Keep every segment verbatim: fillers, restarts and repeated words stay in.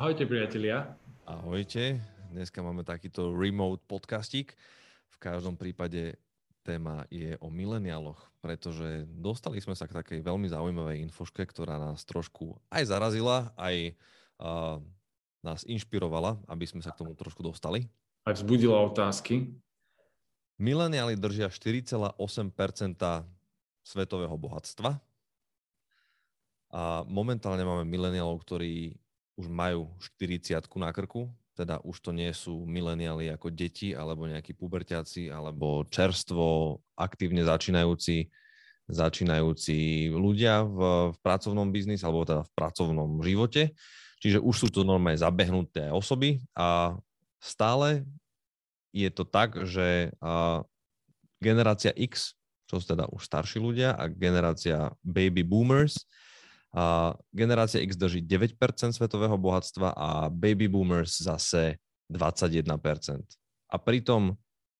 Ahojte, priatelia. Ahojte. Dneska máme takýto remote podcastík. V každom prípade téma je o mileniáloch, pretože dostali sme sa k takej veľmi zaujímavej infoške, ktorá nás trošku aj zarazila, aj uh, nás inšpirovala, aby sme sa k tomu trošku dostali. Aj vzbudila otázky. Mileniáli držia štyri celé osem percenta svetového bohatstva a momentálne máme mileniálov, ktorí už majú štyridsiatku na krku, teda už to nie sú mileniáli ako deti, alebo nejakí puberťáci, alebo čerstvo, aktívne začínajúci, začínajúci ľudia v, v pracovnom biznise, alebo teda v pracovnom živote. Čiže už sú to normálne zabehnuté osoby a stále je to tak, že a, generácia X, čo sú teda už starší ľudia, a generácia baby boomers, a generácia X drží deväť percent svetového bohatstva a baby boomers zase dvadsaťjeden percent. A pritom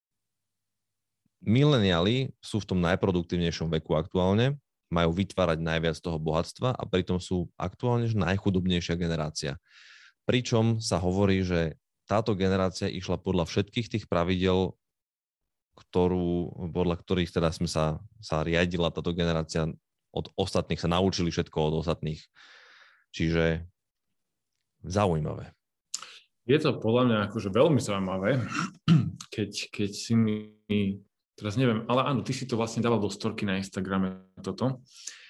mileniáli sú v tom najproduktívnejšom veku aktuálne, majú vytvárať najviac toho bohatstva a pritom sú aktuálne najchudobnejšia generácia. Pričom sa hovorí, že táto generácia išla podľa všetkých tých pravidel, ktorú, podľa ktorých teda sme sa, sa riadila táto generácia. Od ostatných sa naučili všetko od ostatných. Čiže zaujímavé. Je to podľa mňa akože veľmi zaujímavé, keď, keď si mi, teraz neviem, ale áno, ty si to vlastne dával do storky na Instagrame toto.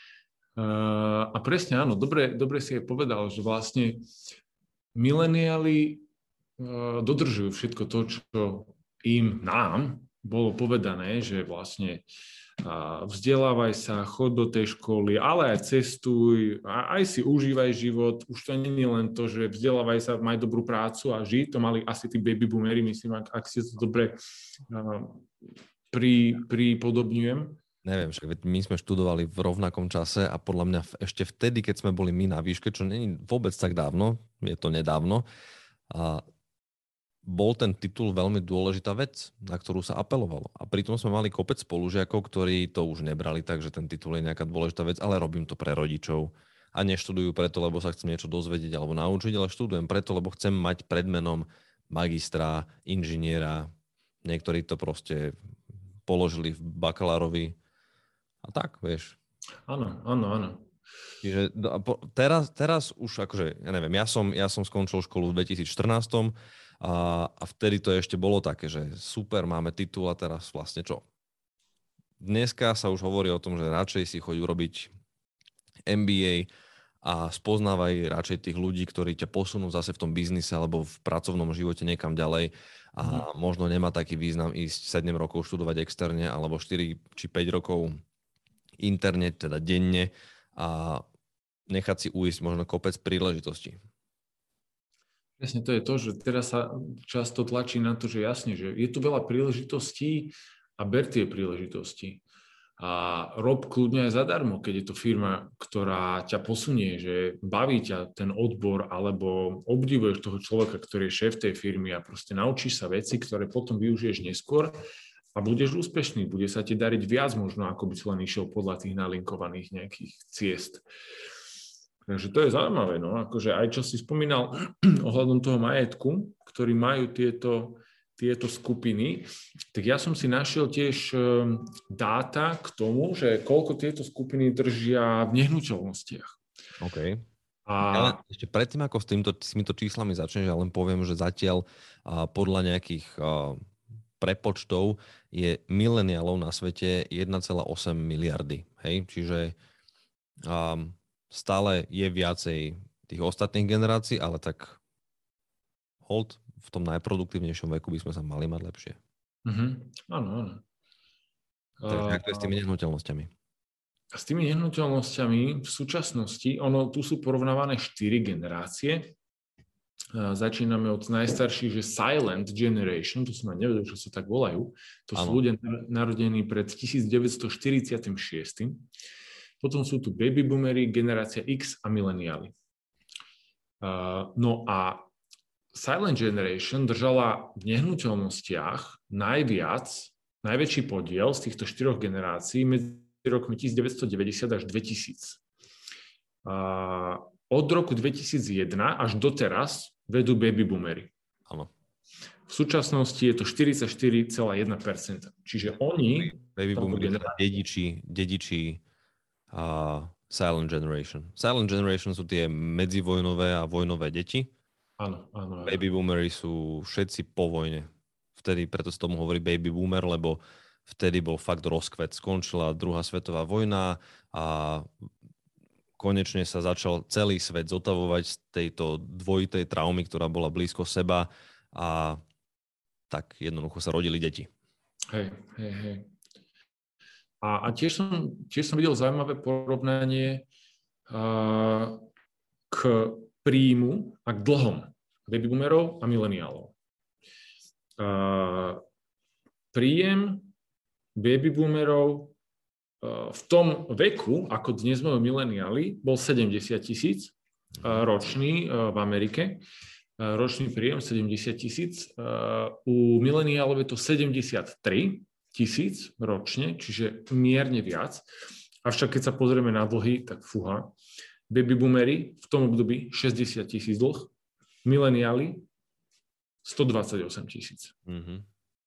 Uh, a presne áno, dobre, dobre si aj povedal, že vlastne mileniáli uh, dodržujú všetko to, čo im, nám bolo povedané, že vlastne a vzdelávaj sa, chod do tej školy, ale aj cestuj, aj si užívaj život. Už to nie je len to, že vzdelávaj sa, maj dobrú prácu a žij. To mali asi tí baby boomery, myslím, ak, ak si to dobre uh, pri, pripodobňujem. Neviem, však my sme študovali v rovnakom čase a podľa mňa ešte vtedy, keď sme boli my na výške, čo nie je vôbec tak dávno, je to nedávno, a bol ten titul veľmi dôležitá vec, na ktorú sa apelovalo. A pritom sme mali kopec spolužiakov, ktorí to už nebrali, takže ten titul je nejaká dôležitá vec, ale robím to pre rodičov. A neštudujú preto, lebo sa chcem niečo dozvedieť alebo naučiť, ale študujem preto, lebo chcem mať pred menom magistra, inžiniera. Niektorí to proste položili v bakalárovi. A tak, vieš. Áno, áno, áno. Čiže teraz, teraz už akože, ja neviem, ja som, ja som skončil školu v dvetisícštrnásť a, a vtedy to ešte bolo také, že super, máme titul a teraz vlastne čo? Dneska sa už hovorí o tom, že radšej si choď urobiť em bí ej a spoznávaj radšej tých ľudí, ktorí ťa posunú zase v tom biznise alebo v pracovnom živote niekam ďalej a mm. možno nemá taký význam ísť sedem rokov študovať externe alebo štyri či päť rokov interne, teda denne, a nechať si uísť možno kopec príležitostí. Presne to je to, že teraz sa často tlačí na to, že jasne, že je tu veľa príležitostí a ber tie príležitosti. A rob kľudne aj zadarmo, keď je to firma, ktorá ťa posunie, že baví ťa ten odbor alebo obdivuješ toho človeka, ktorý je šéf tej firmy a proste naučíš sa veci, ktoré potom využiješ neskôr a budeš úspešný, bude sa ti dariť viac možno, ako by si len išiel podľa tých nalinkovaných nejakých ciest. Takže to je zaujímavé, no, akože aj čo si spomínal ohľadom toho majetku, ktorý majú tieto, tieto skupiny, tak ja som si našiel tiež dáta k tomu, že koľko tieto skupiny držia v nehnuteľnostiach. OK. A... Ale ešte predtým, ako s, týmto, s týmito číslami začneš, ja len poviem, že zatiaľ a, podľa nejakých a, prepočtov je mileniálov na svete jeden celé osem miliardy. Hej? Čiže um, stále je viacej tých ostatných generácií, ale tak hold v tom najproduktívnejšom veku by sme sa mali mať lepšie. Mm-hmm. Áno, áno. Takže ako je s tými nehnuteľnosťami? S tými nehnuteľnosťami v súčasnosti, ono, tu sú porovnávané štyri generácie. Začíname od najstarších, že Silent Generation, to som aj nevedel, že sa tak volajú. To sú ľudia narodení pred devätnásťstoštyridsaťšesť. Potom sú tu baby boomery, generácia X a mileniáli. No a Silent Generation držala v nehnuteľnostiach najviac, najväčší podiel z týchto štyroch generácií medzi rokmi devätnásťstodeväťdesiat až dvetisíc. od roku dvetisícjeden až doteraz vedú baby boomery. Áno. V súčasnosti je to štyridsaťštyri celá jeden percent. Čiže oni... Baby boomery sú dediči, dediči uh, silent generation. Silent generation sú tie medzivojnové a vojnové deti. Áno, áno, áno. Baby boomery sú všetci po vojne. Vtedy, preto sa tomu hovorí baby boomer, lebo vtedy bol fakt rozkvet. Skončila druhá svetová vojna a konečne sa začal celý svet zotavovať z tejto dvojitej traumy, ktorá bola blízko seba a tak jednoducho sa rodili deti. Hej, hej, hej. A, a tiež, som, tiež som videl zaujímavé porovnanie uh, k príjmu a k dlhom baby boomerov a mileniálov. Uh, príjem baby boomerov uh, v tom veku, ako dnes majú mileniáli, bol sedemdesiat tisíc uh, ročný uh, v Amerike. Uh, ročný príjem sedemdesiat tisíc. Uh, u mileniálov je to sedemdesiattri tisíc ročne, čiže mierne viac. Avšak keď sa pozrieme na dlhy, tak fúha. Baby boomery v tom období šesťdesiat tisíc dlh, mileniáli stodvadsaťosem tisíc. Mm-hmm.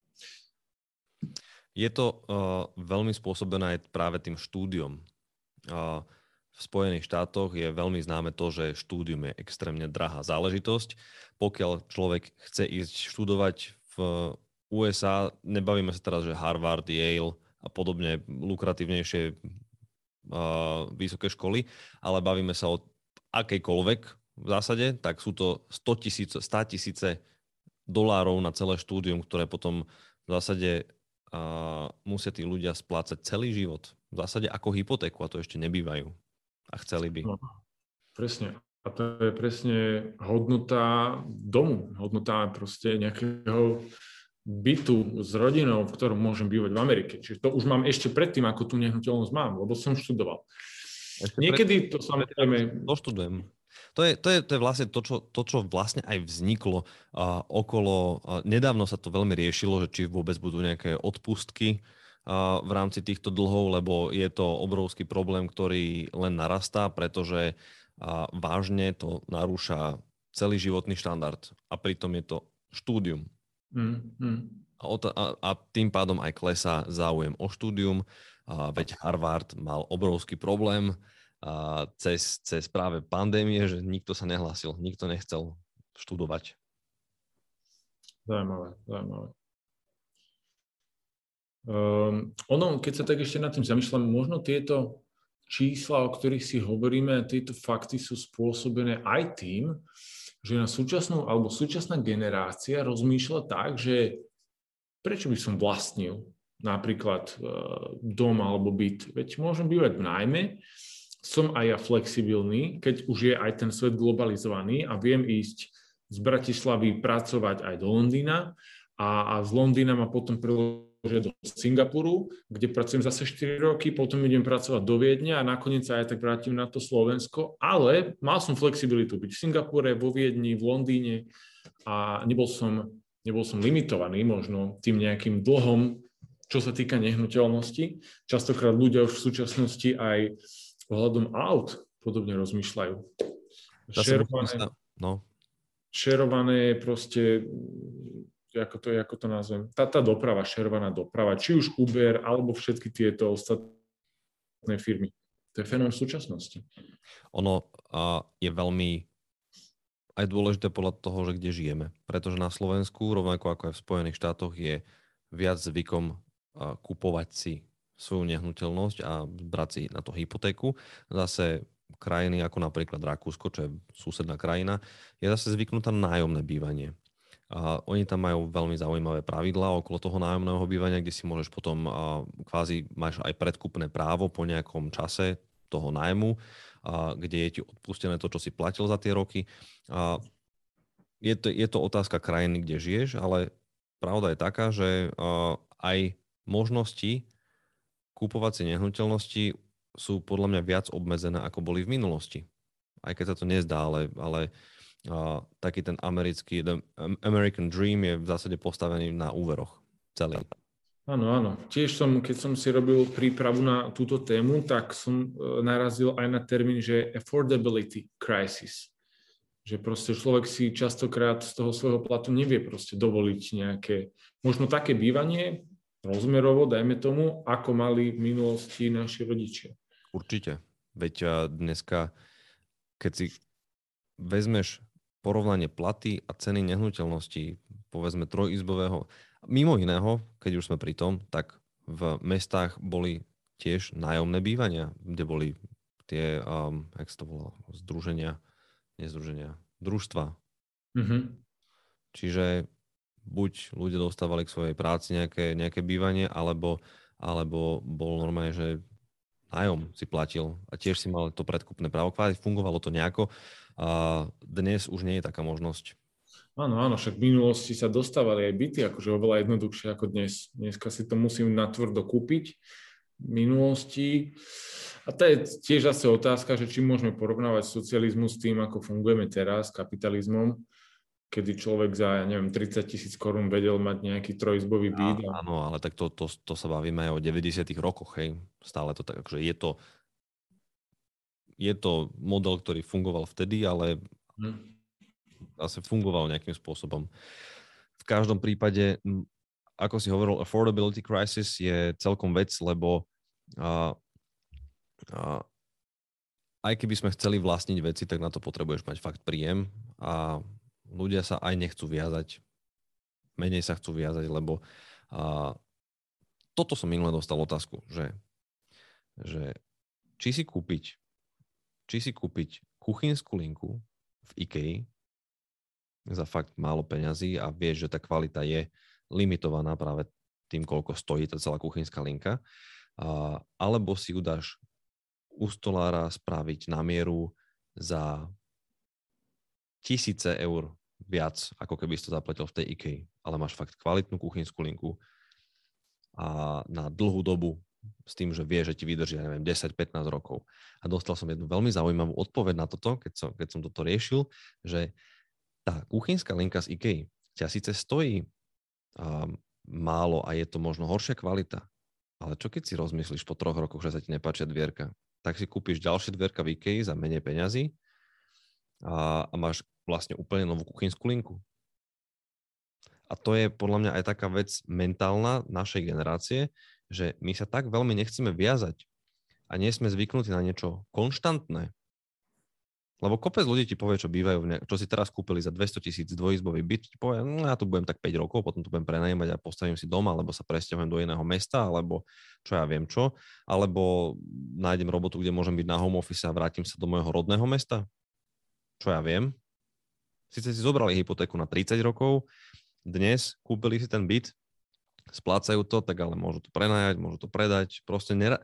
Je to uh, veľmi spôsobené aj práve tým štúdiom. Uh, v Spojených štátoch je veľmi známe to, že štúdium je extrémne drahá záležitosť. Pokiaľ človek chce ísť študovať v ú es á, nebavíme sa teraz, že Harvard, Yale a podobne lukratívnejšie uh, vysoké školy, ale bavíme sa o akejkoľvek v zásade, tak sú to sto tisíce dolárov na celé štúdium, ktoré potom v zásade uh, musia tí ľudia splácať celý život. V zásade ako hypotéku, a to ešte nebývajú. A chceli by. No, presne. A to je presne hodnota domu, hodnota proste nejakého bytu s rodinou, v ktorom môžem bývať v Amerike. Čiže to už mám ešte predtým, ako tú nehnuteľnosť mám, lebo som študoval. Ešte Niekedy pred... to samozrejme... Doštudujem. To je, to, je, to je vlastne to, čo, to, čo vlastne aj vzniklo uh, okolo... Uh, nedávno sa to veľmi riešilo, že či vôbec budú nejaké odpustky uh, v rámci týchto dlhov, lebo je to obrovský problém, ktorý len narastá, pretože uh, vážne to narúša celý životný štandard. A pritom je to štúdium. Mm, mm. A, a, a tým pádom aj klesá záujem o štúdium. Uh, veď Harvard mal obrovský problém a cez, cez práve pandémie, že nikto sa nehlásil, nikto nechcel študovať. Zaujímavé, zaujímavé. Um, ono, keď sa tak ešte nad tým zamýšľam, možno tieto čísla, o ktorých si hovoríme, tieto fakty sú spôsobené aj tým, že na súčasnú alebo súčasná generácia rozmýšľa tak, že prečo by som vlastnil napríklad uh, dom alebo byt, veď môžem bývať v nájme, som aj ja flexibilný, keď už je aj ten svet globalizovaný a viem ísť z Bratislavy pracovať aj do Londýna a, a z Londýna ma potom preložia do Singapuru, kde pracujem zase štyri roky, potom idem pracovať do Viedne a nakoniec sa aj tak vrátim na to Slovensko, ale mal som flexibilitu byť v Singapure, vo Viedni, v Londýne a nebol som, nebol som limitovaný možno tým nejakým dlhom, čo sa týka nehnuteľnosti. Častokrát ľudia už v súčasnosti aj ohľadom aut podobne rozmýšľajú. Šerované, no. šerované proste, ako to, ako to nazvem, tá, tá doprava, šerovaná doprava, či už Uber, alebo všetky tieto ostatné firmy. To je fenomén súčasnosti. Ono uh, je veľmi aj dôležité podľa toho, že kde žijeme. Pretože na Slovensku, rovnako ako aj v Spojených štátoch, je viac zvykom uh, kupovať si svoju nehnuteľnosť a brať si na to hypotéku. Zase krajiny ako napríklad Rakúsko, čo je susedná krajina, je zase zvyknutá na nájomné bývanie. A oni tam majú veľmi zaujímavé pravidlá okolo toho nájomného bývania, kde si môžeš potom a, kvázi máš aj predkupné právo po nejakom čase toho nájmu, a, kde je ti odpustené to, čo si platil za tie roky. A je, to, je to otázka krajiny, kde žiješ, ale pravda je taká, že a, aj možnosti kúpovacie nehnuteľnosti sú podľa mňa viac obmedzené, ako boli v minulosti. Aj keď sa to nezdá, ale, ale uh, taký ten americký, the American Dream je v zásade postavený na úveroch celý. Áno, áno. Tiež som, keď som si robil prípravu na túto tému, tak som narazil aj na termín, že affordability crisis. Že proste človek si častokrát z toho svojho platu nevie proste dovoliť nejaké, možno také bývanie, rozmerovo, dajme tomu, ako mali v minulosti naši rodičia. Určite. Veď dneska, keď si vezmeš porovnanie platy a ceny nehnuteľností, povedzme trojizbového, mimo iného, keď už sme pri tom, tak v mestách boli tiež nájomné bývania, kde boli tie, um, jak sa to volá, združenia, nie združenia, družstva. Mm-hmm. Čiže buď ľudia dostávali k svojej práci nejaké, nejaké bývanie, alebo, alebo bol normálne, že nájom si platil a tiež si mal to predkupné právo. Kvázi fungovalo to nejako a dnes už nie je taká možnosť. Áno, áno, však v minulosti sa dostávali aj byty, akože oveľa jednoduchšie ako dnes. Dneska si to musím natvrdo kúpiť v minulosti. A to je tiež zase otázka, že či môžeme porovnávať socializmus s tým, ako fungujeme teraz, kapitalizmom, kedy človek za, ja neviem, tridsať tisíc korún vedel mať nejaký trojizbový byt. A, áno, ale tak to, to, to sa bavíme aj o deväťdesiatych rokoch, hej. Stále to tak, akože je to je to model, ktorý fungoval vtedy, ale hm. zase fungoval nejakým spôsobom. V každom prípade, ako si hovoril, affordability crisis je celkom vec, lebo a, a, aj keby sme chceli vlastniť veci, tak na to potrebuješ mať fakt príjem a ľudia sa aj nechcú viazať, menej sa chcú viazať, lebo a, toto som minule dostal otázku, že, že či si kúpiť či si kúpiť kuchynskú linku v IKEA za fakt málo peňazí a vieš, že tá kvalita je limitovaná práve tým, koľko stojí tá celá kuchynská linka, a, alebo si ju dáš u stolára spraviť na mieru za tisíce eur viac, ako keby si to zaplatil v tej IKEA, ale máš fakt kvalitnú kuchynskú linku a na dlhú dobu s tým, že vie, že ti vydrží, ja neviem, desať pätnásť rokov. A dostal som jednu veľmi zaujímavú odpoveď na toto, keď som, keď som toto riešil, že tá kuchynská linka z IKEA ťa síce stojí um, málo a je to možno horšia kvalita, ale čo keď si rozmyslíš po troch rokoch, že sa ti nepáčia dvierka, tak si kúpiš ďalšie dvierka v IKEA za menej peňazí a, a máš vlastne úplne novú kuchynskú linku. A to je podľa mňa aj taká vec mentálna našej generácie, že my sa tak veľmi nechceme viazať a nie sme zvyknutí na niečo konštantné. Lebo kopec ľudí ti povie, čo bývajú, ne- čo si teraz kúpili za dvesto tisíc dvojizbový byt, ti povie, no ja tu budem tak päť rokov, potom tu budem prenajímať a postavím si doma, alebo sa presťahujem do iného mesta, alebo čo ja viem čo, alebo nájdem robotu, kde môžem byť na home office a vrátim sa do môjho rodného mesta, čo ja viem. Sice si zobrali hypotéku na tridsať rokov, dnes kúpili si ten byt, splácajú to, tak ale môžu to prenajať, môžu to predať. Proste nera...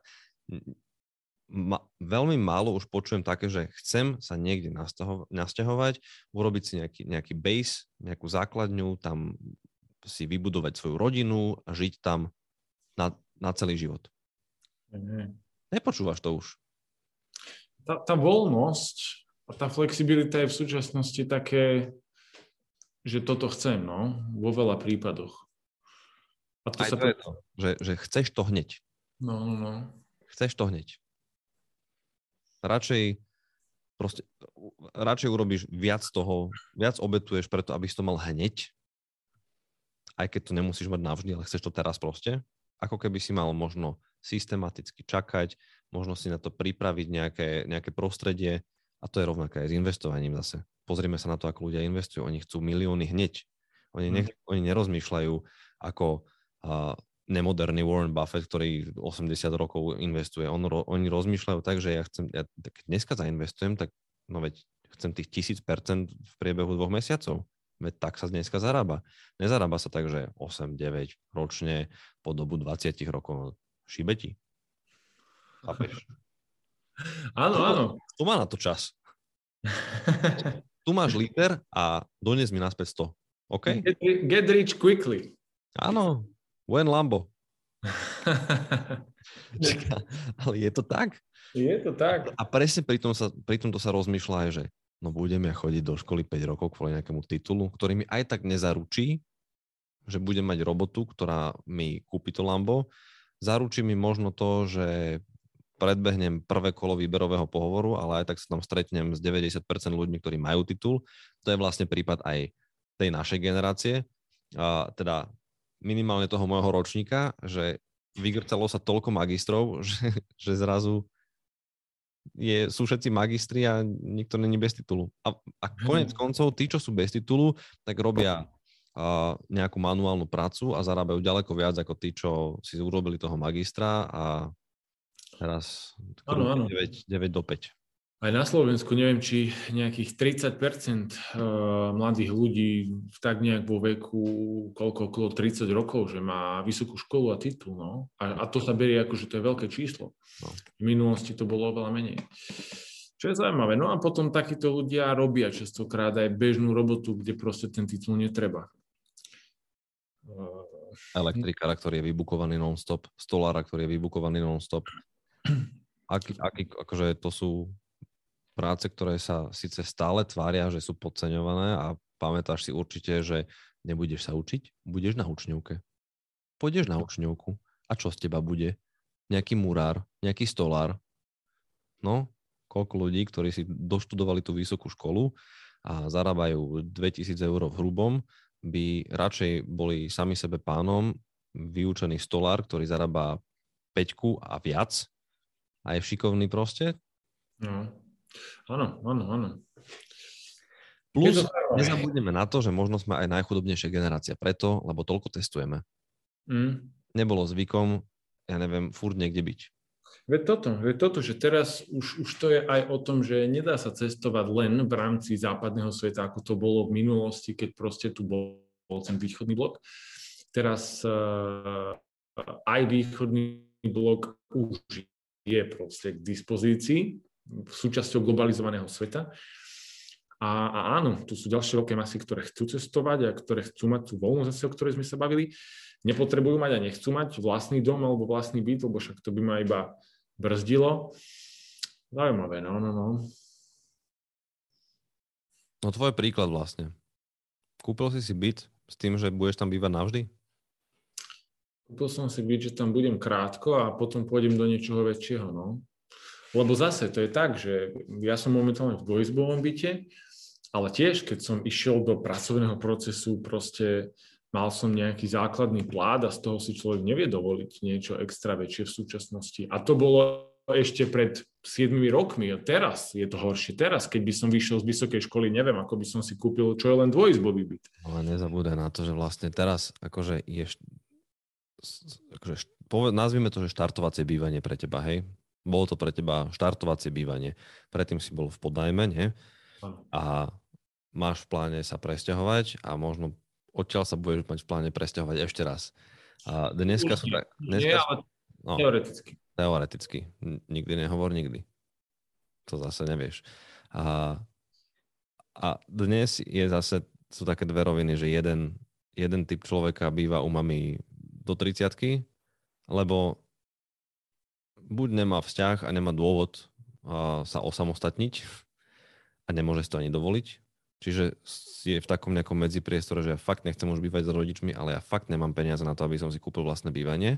Ma... veľmi málo už počujem také, že chcem sa niekde nastaho... nasťahovať, urobiť si nejaký, nejaký base, nejakú základňu, tam si vybudovať svoju rodinu a žiť tam na, na celý život. Mhm. Nepočúvaš to už? Tá, tá voľnosť a tá flexibilita je v súčasnosti také, že toto chcem, no, vo veľa prípadoch. A to Aj sa to je to, že, že chceš to hneď. No, no, no. Chceš to hneď. Radšej proste, radšej urobíš viac toho, viac obetuješ preto, aby si to mal hneď, aj keď to nemusíš mať navždy, ale chceš to teraz proste, ako keby si mal možno systematicky čakať, možno si na to pripraviť nejaké, nejaké prostredie a to je rovnaké aj s investovaním zase. Pozrieme sa na to, ako ľudia investujú. Oni chcú milióny hneď. Oni, nech, hmm. oni nerozmýšľajú ako uh, nemoderný Warren Buffett, ktorý osemdesiat rokov investuje. On, ro, oni rozmýšľajú tak, že ja chcem, ja keď dneska zainvestujem, tak no veď chcem tých tisíc percent v priebehu dvoch mesiacov. Veď tak sa dneska zarába. Nezarába sa tak, že osem deväť ročne po dobu dvadsať rokov. Šibe ti. Chápeš? Áno, áno. Tu má na to čas. Tu máš liter a donies mi naspäť sto. OK? Get, get rich quickly. Áno. When Lambo. Ale je to tak? Je to tak. A presne pri, tom sa, pri tomto sa rozmýšľa aj, že no budem ja chodiť do školy päť rokov kvôli nejakému titulu, ktorý mi aj tak nezaručí, že budem mať robotu, ktorá mi kúpi to Lambo, zaručí mi možno to, že predbehnem prvé kolo výberového pohovoru, ale aj tak sa tam stretnem s deväťdesiat percent ľuďmi, ktorí majú titul. To je vlastne prípad aj tej našej generácie, a teda minimálne toho môjho ročníka, že vygrcalo sa toľko magistrov, že, že zrazu je, sú všetci magistri a nikto není bez titulu. A, a konec koncov, tí, čo sú bez titulu, tak robia a nejakú manuálnu prácu a zarábajú ďaleko viac ako tí, čo si urobili toho magistra a teraz deväť do päť. Aj na Slovensku neviem, či nejakých tridsať percent mladých ľudí tak nejak vo veku koľko, okolo tridsať rokov, že má vysokú školu a titul. No? A, a to sa berie ako, že to je veľké číslo. No. V minulosti to bolo oveľa menej. Čo je zaujímavé. No a potom takíto ľudia robia častokrát aj bežnú robotu, kde proste ten titul netreba. Elektrikára, ktorý je vybukovaný non-stop, stolára, ktorý je vybukovaný non-stop. Aký, aký, akože to sú práce, ktoré sa síce stále tvária, že sú podceňované a pamätáš si určite, že nebudeš sa učiť, budeš na učňovke. Pôjdeš na učňovku a čo z teba bude? Nejaký murár, nejaký stolár. No, koľko ľudí, ktorí si doštudovali tú vysokú školu a zarábajú dvetisíc eur v hrubom, by radšej boli sami sebe pánom vyučený stolár, ktorý zarába päťku a viac a je šikovný proste. No. Áno, áno, áno. Plus nezabudneme na to, že možno sme aj najchudobnejšia generácia preto, lebo toľko testujeme. Mm. Nebolo zvykom, ja neviem, furt niekde byť. Veď toto, veď toto, že teraz už, už to je aj o tom, že nedá sa cestovať len v rámci západného sveta, ako to bolo v minulosti, keď proste tu bol, bol ten východný blok. Teraz uh, aj východný blok už je proste k dispozícii súčasťou globalizovaného sveta. A, a áno, tu sú ďalšie veľké masy, ktoré chcú cestovať a ktoré chcú mať tú voľnosť, o ktorej sme sa bavili. Nepotrebujú mať a nechcú mať vlastný dom alebo vlastný byt, lebo však to by ma iba brzdilo. Zaujímavé, no, no, no. No tvoj príklad vlastne. Kúpil si si byt s tým, že budeš tam bývať navždy? Kúpil som si byt, že tam budem krátko a potom pôjdem do niečoho väčšieho, no. Lebo zase to je tak, že ja som momentálne v dvojizbovom byte, ale tiež, keď som išiel do pracovného procesu, proste mal som nejaký základný plát a z toho si človek nevie dovoliť niečo extra väčšie v súčasnosti. A to bolo ešte pred siedmimi rokmi. A teraz je to horšie. Teraz, keď by som vyšiel z vysokej školy, neviem, ako by som si kúpil, čo je len dvojizbový byt. Ale nezabúdaj na to, že vlastne teraz akože je, akože, nazvime to, že štartovacie bývanie pre teba, hej? Bolo to pre teba štartovacie bývanie. Predtým si bol v podnájme, nie? A máš v pláne sa presťahovať a možno odtiaľ sa budeš mať v pláne presťahovať ešte raz. A dneska sú tak... Dneska Nie, ale no, teoreticky. Teoreticky. Nikdy nehovor nikdy. To zase nevieš. A, a dnes je zase, sú také dve roviny, že jeden, jeden typ človeka býva u mami do tridsiatky, lebo buď nemá vzťah a nemá dôvod a, sa osamostatniť a nemôže si to ani dovoliť. Čiže je v takom nejakom medzipriestore, že ja fakt nechcem už bývať s rodičmi, ale ja fakt nemám peniaze na to, aby som si kúpil vlastné bývanie.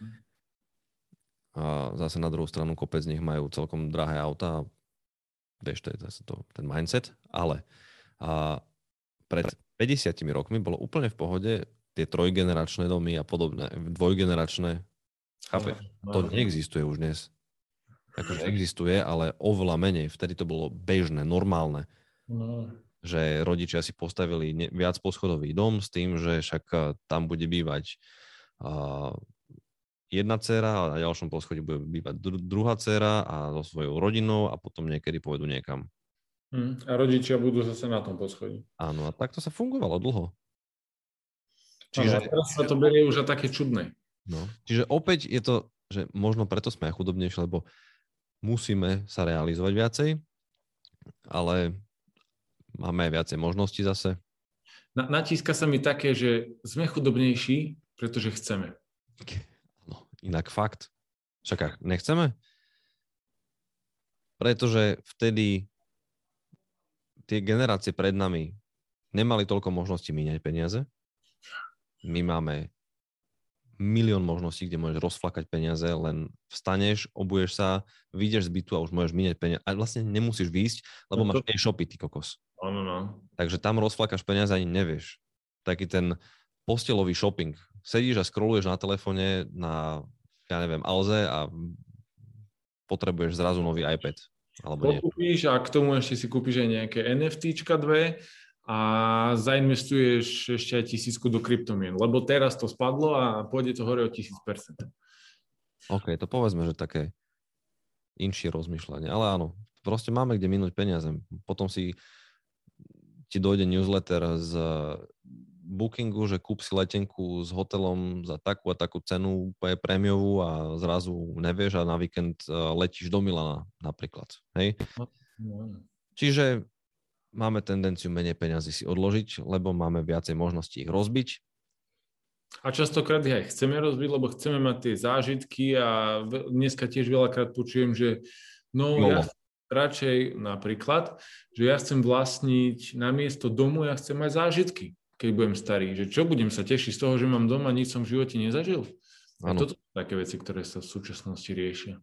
A zase na druhú stranu kopec z nich majú celkom drahé auta. Vieš, to je zase to, ten mindset. Ale a pred päťdesiatimi rokmi bolo úplne v pohode tie trojgeneračné domy a podobné, dvojgeneračné. Chápeš? To neexistuje už dnes. Akože existuje, ale oveľa menej. Vtedy to bolo bežné, normálne. No. Že rodičia si postavili ne, viac poschodový dom s tým, že však tam bude bývať uh, jedna dcéra a na ďalšom poschodí bude bývať dru- druhá dcéra a so svojou rodinou a potom niekedy pôjdu niekam. Hmm. A rodičia budú zase na tom poschodí. Áno, a takto sa fungovalo dlho. Čiže... Áno, teraz sa to berie už a také čudné. No. Čiže opäť je to, že možno preto sme aj chudobnejší, lebo musíme sa realizovať viacej, ale máme aj viacej možností zase. Na, natíska sa mi také, že sme chudobnejší, pretože chceme. No, inak fakt. Však nechceme? Pretože vtedy tie generácie pred nami nemali toľko možností míňať peniaze. My máme milión možností, kde môžeš rozflakať peniaze, len vstaneš, obuješ sa, vyjdeš z bytu a už môžeš míňať peniaze. A vlastne nemusíš výjsť, lebo no to... máš e-shopy, ty kokos. Áno, no. Takže tam rozflakáš peniaze ani nevieš. Taký ten postelový shopping. Sedíš a scrolluješ na telefóne na, ja neviem, Alze a potrebuješ zrazu nový iPad. Alebo nie. Kúpiš a k tomu ešte si kúpiš aj nejaké NFTčka dve a zainvestuješ ešte aj tisícku do kryptomien, lebo teraz to spadlo a pôjde to hore o tisíc percent. OK, to povedzme, že také inšie rozmýšľanie. Ale áno, proste máme kde minúť peniaze. Potom si ti dojde newsletter z Bookingu, že kúp si letenku s hotelom za takú a takú cenu, úplne prémiovú a zrazu nevieš a na víkend letíš do Milana napríklad. Hej? Čiže máme tendenciu menej peňazí si odložiť, lebo máme viacej možností ich rozbiť. A častokrát ich aj chceme rozbiť, lebo chceme mať tie zážitky a dneska tiež veľakrát počujem, že no, no. ja radšej napríklad, že ja chcem vlastniť namiesto domu, ja chcem mať zážitky, keď budem starý. Že čo, budem sa tešiť z toho, že mám doma, nič som v živote nezažil? A toto sú také veci, ktoré sa v súčasnosti riešia.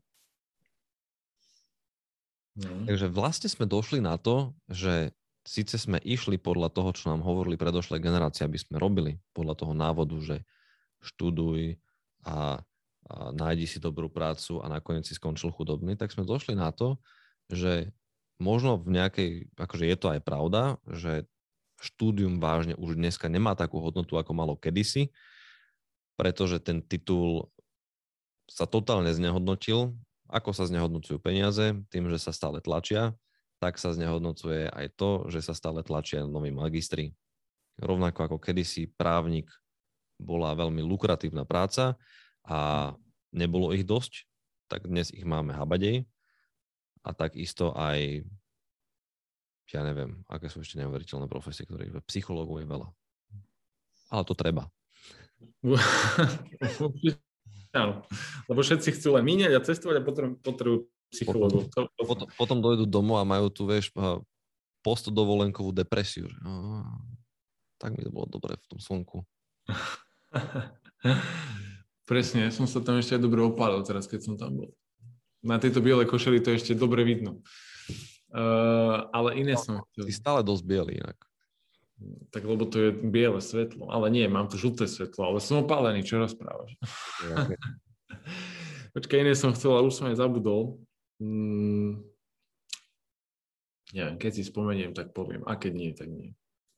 No. Takže vlastne sme došli na to, že síce sme išli podľa toho, čo nám hovorili predošlé generácie, aby sme robili podľa toho návodu, že študuj a, a nájdi si dobrú prácu a nakoniec si skončil chudobný, tak sme došli na to, že možno v nejakej, akože je to aj pravda, že štúdium vážne už dneska nemá takú hodnotu, ako malo kedysi, pretože ten titul sa totálne znehodnotil. Ako sa znehodnocujú peniaze? Tým, že sa stále tlačia, tak sa znehodnocuje aj to, že sa stále tlačia noví magistri. Rovnako ako kedysi právnik bola veľmi lukratívna práca a nebolo ich dosť, tak dnes ich máme habadej. A takisto aj, ja neviem, aké sú ešte neuveriteľné profesie, ktorých psychológov je veľa. Ale to treba. Áno, lebo všetci chcú len míňať a cestovať a potrebujú psychológov. Potom, potom, potom dojdú domov a majú tu, vieš, postodovolenkovú depresiu. No, tak mi to bolo dobre v tom slnku. Presne, ja som sa tam ešte aj dobre opálil teraz, keď som tam bol. Na tejto bielej košeli to ešte dobre vidno. Uh, ale iné no, som chcel. Si stále dosť bielý inak. Tak lebo to je biele svetlo. Ale nie, mám tu žlté svetlo, ale som opálený, čo rozprávaš? Okay. Počkaj, iné som chcel, ale už som aj zabudol. Hmm. Neviem, keď si spomeniem, tak poviem. A keď nie, tak nie.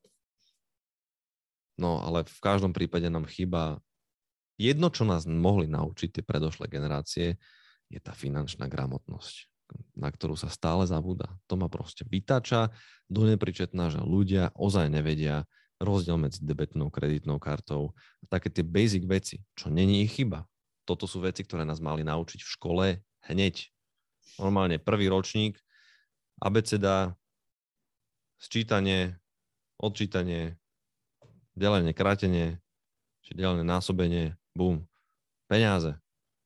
No, ale v každom prípade nám chýba jedno, čo nás mohli naučiť tie predošlé generácie, je tá finančná gramotnosť, na ktorú sa stále zabúda. To ma proste vytáča do nepričetná, že ľudia ozaj nevedia rozdiel medzi debetnou, kreditnou kartou a také tie basic veci, čo není ich chyba. Toto sú veci, ktoré nás mali naučiť v škole hneď. Normálne prvý ročník, abeceda, sčítanie, odčítanie, delenie, krátenie, či delenie, násobenie, bum, peniaze.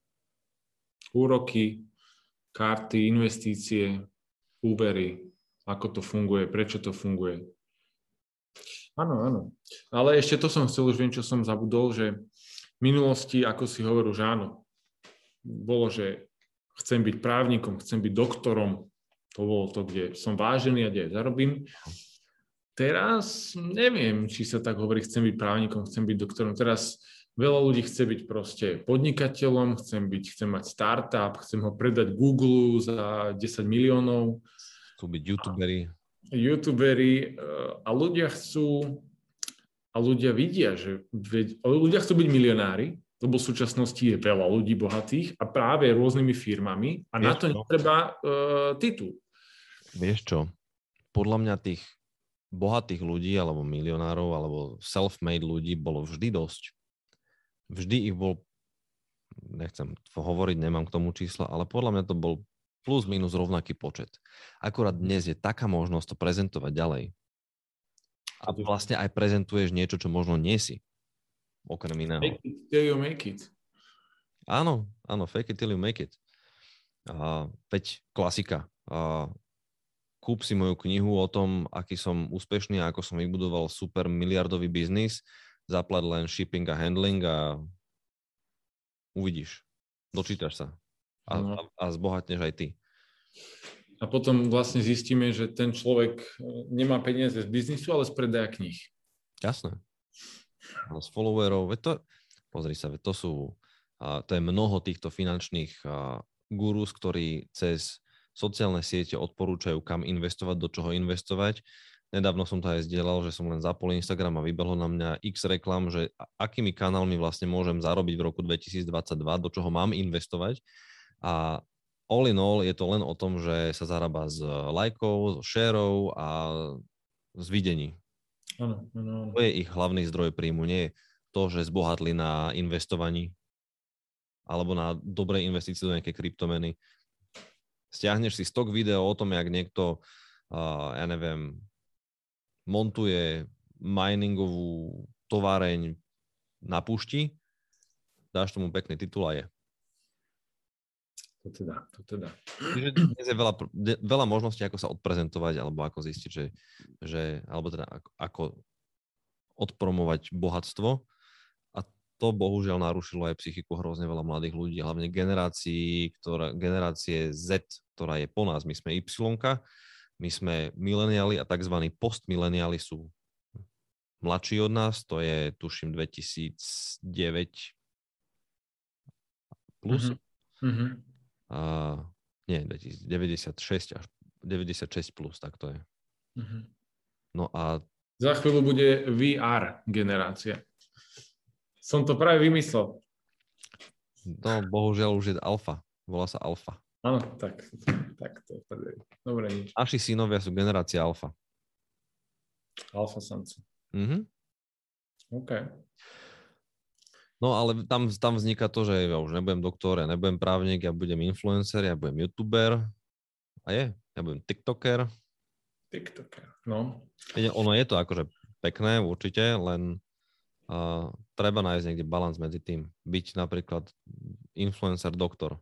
Úroky, karty, investície, úvery, ako to funguje, prečo to funguje. Áno, áno. Ale ešte to som chcel, už viem, čo som zabudol, že v minulosti, ako si hovoril, že áno, bolo, že chcem byť právnikom, chcem byť doktorom, to bolo to, kde som vážený a kde zarobím. Teraz neviem, či sa tak hovorí, chcem byť právnikom, chcem byť doktorom. Teraz veľa ľudí chce byť proste podnikateľom, chcem byť, chcem mať startup, chcem ho predať Google za desať miliónov. Chcú byť youtuberi. Youtuberi a ľudia chcú, a ľudia vidia, že ľudia chcú byť milionári, lebo v súčasnosti je veľa ľudí bohatých a práve rôznymi firmami a Vieš na to netreba uh, titul. Vieš čo? Podľa mňa tých bohatých ľudí alebo milionárov alebo self-made ľudí bolo vždy dosť. Vždy ich bol, nechcem hovoriť, nemám k tomu čísla, ale podľa mňa to bol plus minus rovnaký počet. Akurát dnes je taká možnosť to prezentovať ďalej. A vlastne aj prezentuješ niečo, čo možno nie si. Okrem iného. Fake it till you make it. Áno, áno, fake it till you make it. A, veď klasika. A, kúp si moju knihu o tom, aký som úspešný a ako som vybudoval super miliardový biznis zaplať len shipping a handling a uvidíš. Dočítaš sa. A, no. a, a zbohatneš aj ty. A potom vlastne zistíme, že ten človek nemá peniaze z biznisu, ale z predaja kníh. Jasné. A z followerov, veď to, pozri sa, veď to sú, a to je mnoho týchto finančných a, gurus, ktorí cez sociálne siete odporúčajú, kam investovať, do čoho investovať. Nedávno som to aj zdieľal, že som len zapol Instagram a vybehlo na mňa x reklam, že akými kanálmi vlastne môžem zarobiť v roku dvetisícdvadsaťdva, do čoho mám investovať. A all in all je to len o tom, že sa zarába z lajkov, z shareov a z videní. Áno, áno. To je ich hlavný zdroj príjmu, nie to, že zbohatli na investovaní alebo na dobré investície do nejaké kryptomeny. Stiahneš si stok video o tom, jak niekto, uh, ja neviem, montuje miningovú továreň na púšti, dáš tomu pekný titul a je. To teda, to teda. Čiže dnes je veľa, veľa možností, ako sa odprezentovať, alebo ako zistiť, že, že alebo teda ako, ako odpromovať bohatstvo. A to bohužiaľ narušilo aj psychiku hrozne veľa mladých ľudí, hlavne generácií, ktorá, generácie Z, ktorá je po nás. My sme Y-ka, my sme mileniáli a tzv. Postmileniáli sú mladší od nás, to je tuším dvetisícdeväť plus. Mm-hmm. A, nie, deväťdesiatšesť až deväťdesiatšesť plus, tak to je. Mm-hmm. No a za chvíľu bude vé er generácia. Som to práve vymyslel. No, bohužiaľ už je alfa. Volá sa alfa. Áno, tak, tak to je dobre nič. Naši synovia sú generácia alfa. Alfa samci. Mhm. OK. No, ale tam, tam vzniká to, že ja už nebudem doktor, ja nebudem právnik, ja budem influencer, ja budem youtuber. A je, ja budem tiktoker. TikToker, no. Ono je to akože pekné určite, len uh, treba nájsť niekde balans medzi tým. Byť napríklad influencer doktor.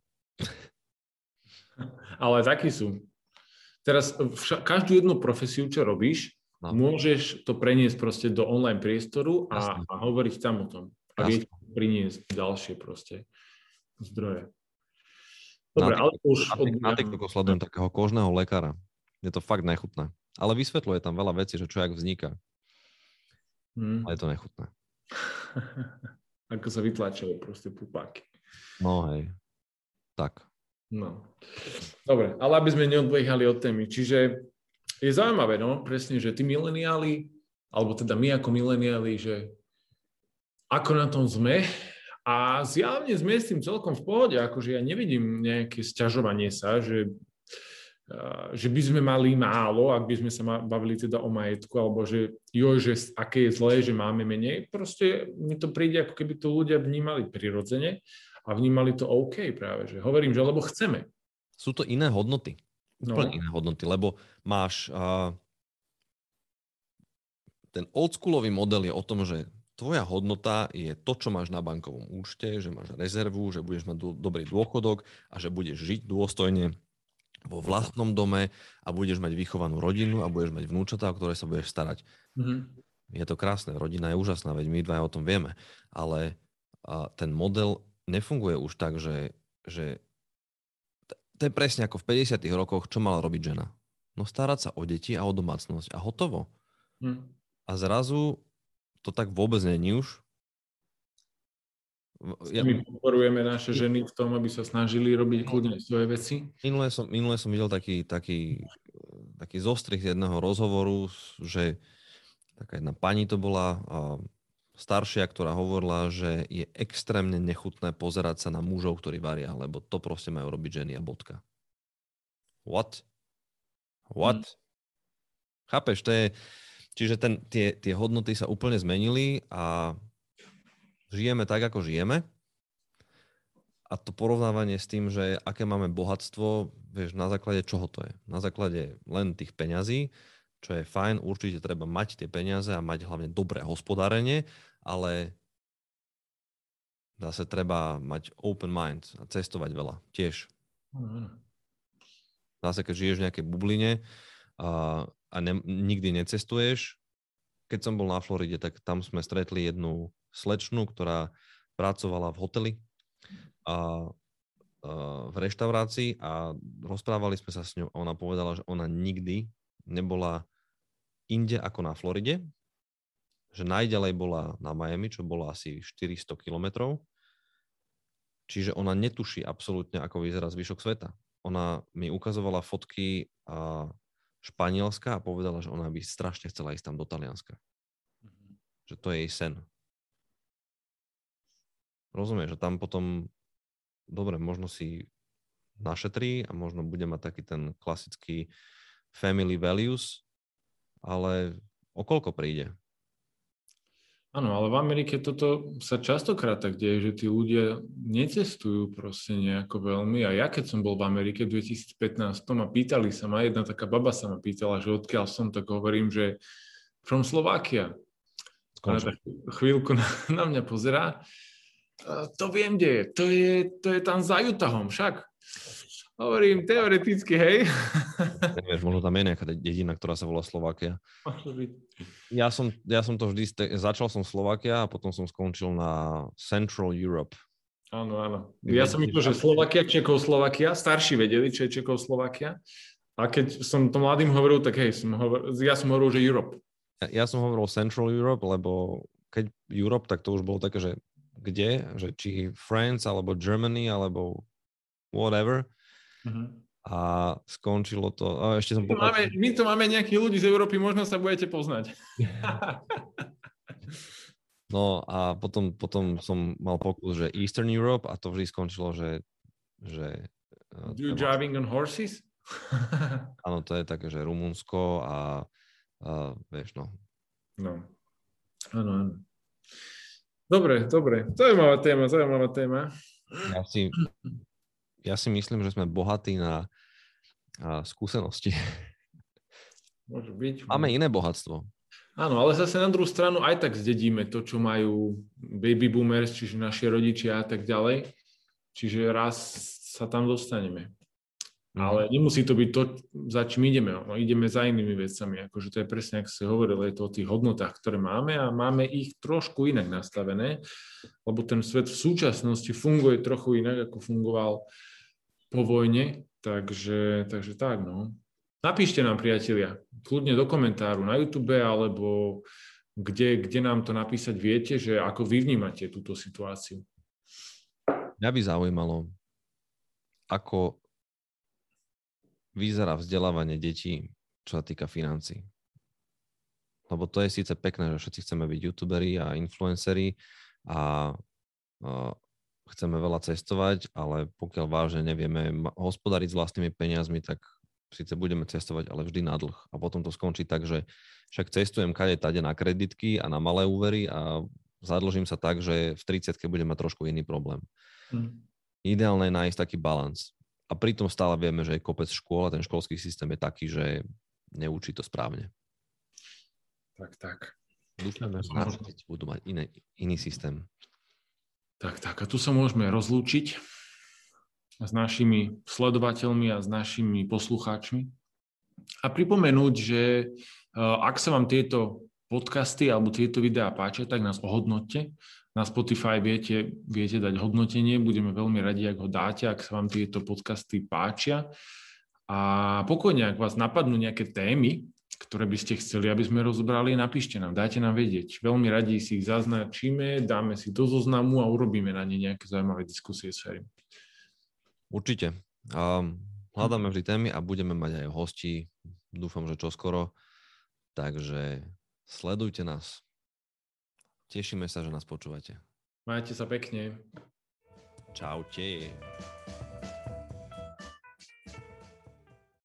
Ale takí sú. Teraz vša- každú jednu profesiu, čo robíš, no. môžeš to preniesť proste do online priestoru a, a hovoriť tam o tom. A vieš priniesť ďalšie proste zdroje. Dobre, na ale už... Na TikToku sledujem takého kožného lekára. Je to fakt nechutné. Ale vysvetľuje tam veľa vecí, že čo jak vzniká. Hmm. Ale je to nechutné. Ako sa vytlačili proste pupáky. No hej. Tak. No. Dobre, ale aby sme neodbiehali od témy. Čiže je zaujímavé, no, presne, že tí mileniáli, alebo teda my ako mileniáli, že ako na tom sme a zjavne sme s tým celkom v pohode, akože ja nevidím nejaké sťažovanie sa, že, že by sme mali málo, ak by sme sa bavili teda o majetku, alebo že jo, že aké je zlé, že máme menej. Proste mi to príde, ako keby to ľudia vnímali prirodzene a vnímali to OK práve, že hovorím, že lebo chceme. Sú to iné hodnoty. Úplne no. iné hodnoty, lebo máš uh, ten oldschoolový model je o tom, že tvoja hodnota je to, čo máš na bankovom účte, že máš rezervu, že budeš mať do, dobrý dôchodok a že budeš žiť dôstojne vo vlastnom dome a budeš mať vychovanú rodinu a budeš mať vnúčatá, o ktoré sa budeš starať. Mm-hmm. Je to krásne, rodina je úžasná, veď my dvaja o tom vieme, ale uh, ten model nefunguje už tak, že, že to je presne ako v päťdesiatych rokoch, čo mala robiť žena. No starať sa o deti a o domácnosť a hotovo. Mm. A zrazu to tak vôbec není už. Ja... My podporujeme naše ženy v tom, aby sa snažili robiť kľudne svoje veci. Minulé som, minulé som videl taký, taký, taký zostrih jedného rozhovoru, že taká jedna pani to bola, staršia, ktorá hovorila, že je extrémne nechutné pozerať sa na mužov, ktorí varia, lebo to proste majú robiť ženy a bodka. What? What? Hmm. Chápeš, to je... Čiže ten, tie, tie hodnoty sa úplne zmenili a žijeme tak, ako žijeme. A to porovnávanie s tým, že aké máme bohatstvo, vieš, na základe čoho to je? Na základe len tých peňazí, čo je fajn, určite treba mať tie peniaze a mať hlavne dobré hospodárenie, ale zase treba mať open mind a cestovať veľa tiež. Zase, keď žiješ v nejakej bubline a, a ne, nikdy necestuješ, keď som bol na Floride, tak tam sme stretli jednu slečnu, ktorá pracovala v hoteli a v reštaurácii a rozprávali sme sa s ňou a ona povedala, že ona nikdy nebola inde ako na Floride, že najďalej bola na Miami, čo bolo asi štyristo kilometrov, čiže ona netuší absolútne, ako vyzerá zvyšok sveta. Ona mi ukazovala fotky a Španielska a povedala, že ona by strašne chcela ísť tam do Talianska. Mm-hmm. Že to je jej sen. Rozumieš, že tam potom dobre, možno si našetrí a možno bude mať taký ten klasický family values, ale o koľko príde? Áno, ale v Amerike toto sa častokrát tak deje, že tí ľudia necestujú proste nejako veľmi. A ja keď som bol v Amerike v dvetisícpätnásť a pýtali sa ma, jedna taká baba sa ma pýtala, že odkiaľ som, tak hovorím, že from Slovakia. Ona tak chvíľku na, na mňa pozerá. To viem, kde je. To je, to je tam za Utahom, však. Hovorím, teoreticky, hej. Nevieš, možno tam je nejaká dedina, ktorá sa volá Slovakia. Ja som, ja som to vždy, začal som Slovakia a potom som skončil na Central Europe. Áno, áno. Ja som myslel, že Slovakia, Čekoslovakia, starší vedeli, čo je Čekoslovakia. A keď som to mladým hovoril, tak hej, som hovoril, ja som hovoril, že Europe. Ja, ja som hovoril Central Europe, lebo keď Europe, tak to už bolo také, že kde, že či France, alebo Germany, alebo whatever. Uh-huh. A skončilo to. A ešte som my, to máme, my to máme nejakých ľudí z Európy, možno sa budete poznať. No a potom, potom som mal pokus, že Eastern Europe a to vždy skončilo, že... že Do you driving on horses? Áno, to je také, že Rumunsko a, a vieš, no. No, áno, áno. Dobre, dobre. Zaujímavá téma, zaujímavá téma. Ja si, ja si myslím, že sme bohatí na, na skúsenosti. Môže byť. Máme iné bohatstvo. Áno, ale zase na druhú stranu aj tak zdedíme to, čo majú baby boomers, čiže naši rodičia a tak ďalej. Čiže raz sa tam dostaneme. Mm. Ale nemusí to byť to, za čím ideme. No, ideme za inými vecami. Akože to je presne, ako si hovoril, je to o tých hodnotách, ktoré máme a máme ich trošku inak nastavené, lebo ten svet v súčasnosti funguje trochu inak, ako fungoval po vojne. Takže, takže tak, no. Napíšte nám, priatelia, kľudne do komentáru na YouTube, alebo kde, kde nám to napísať viete, že ako vy vnímate túto situáciu. Mňa by zaujímalo, ako vyzerá vzdelávanie detí, čo sa týka financií. Lebo to je síce pekné, že všetci chceme byť youtuberi a influenceri a, a chceme veľa cestovať, ale pokiaľ vážne nevieme hospodariť s vlastnými peniazmi, tak síce budeme cestovať, ale vždy na dlh. A potom to skončí tak, že však cestujem kade tade na kreditky a na malé úvery a zadlžím sa tak, že v tridsiatke budem mať trošku iný problém. Hmm. Ideálne je nájsť taký balans. A pritom stále vieme, že je kopec škôl a ten školský systém je taký, že neučí to správne. Tak, tak. Dúfame, že naši deti budú mať iné, iný systém. Tak, tak. A tu sa môžeme rozlúčiť s našimi sledovateľmi a s našimi poslucháčmi. A pripomenúť, že ak sa vám tieto podcasty alebo tieto videá páčia, tak nás ohodnoťte. Na Spotify viete, viete dať hodnotenie, budeme veľmi radi, ak ho dáte, ak sa vám tieto podcasty páčia. A pokojne, ak vás napadnú nejaké témy, ktoré by ste chceli, aby sme rozobrali, napíšte nám, dajte nám vedieť. Veľmi radi si ich zaznačíme, dáme si do zoznamu a urobíme na ne nejaké zaujímavé diskusie s Ferim. Určite. Um, hľadáme vždy témy a budeme mať aj hostí. Dúfam, že čoskoro. Takže sledujte nás. Tešíme sa, že nás počúvate. Majte sa pekne. Čaute.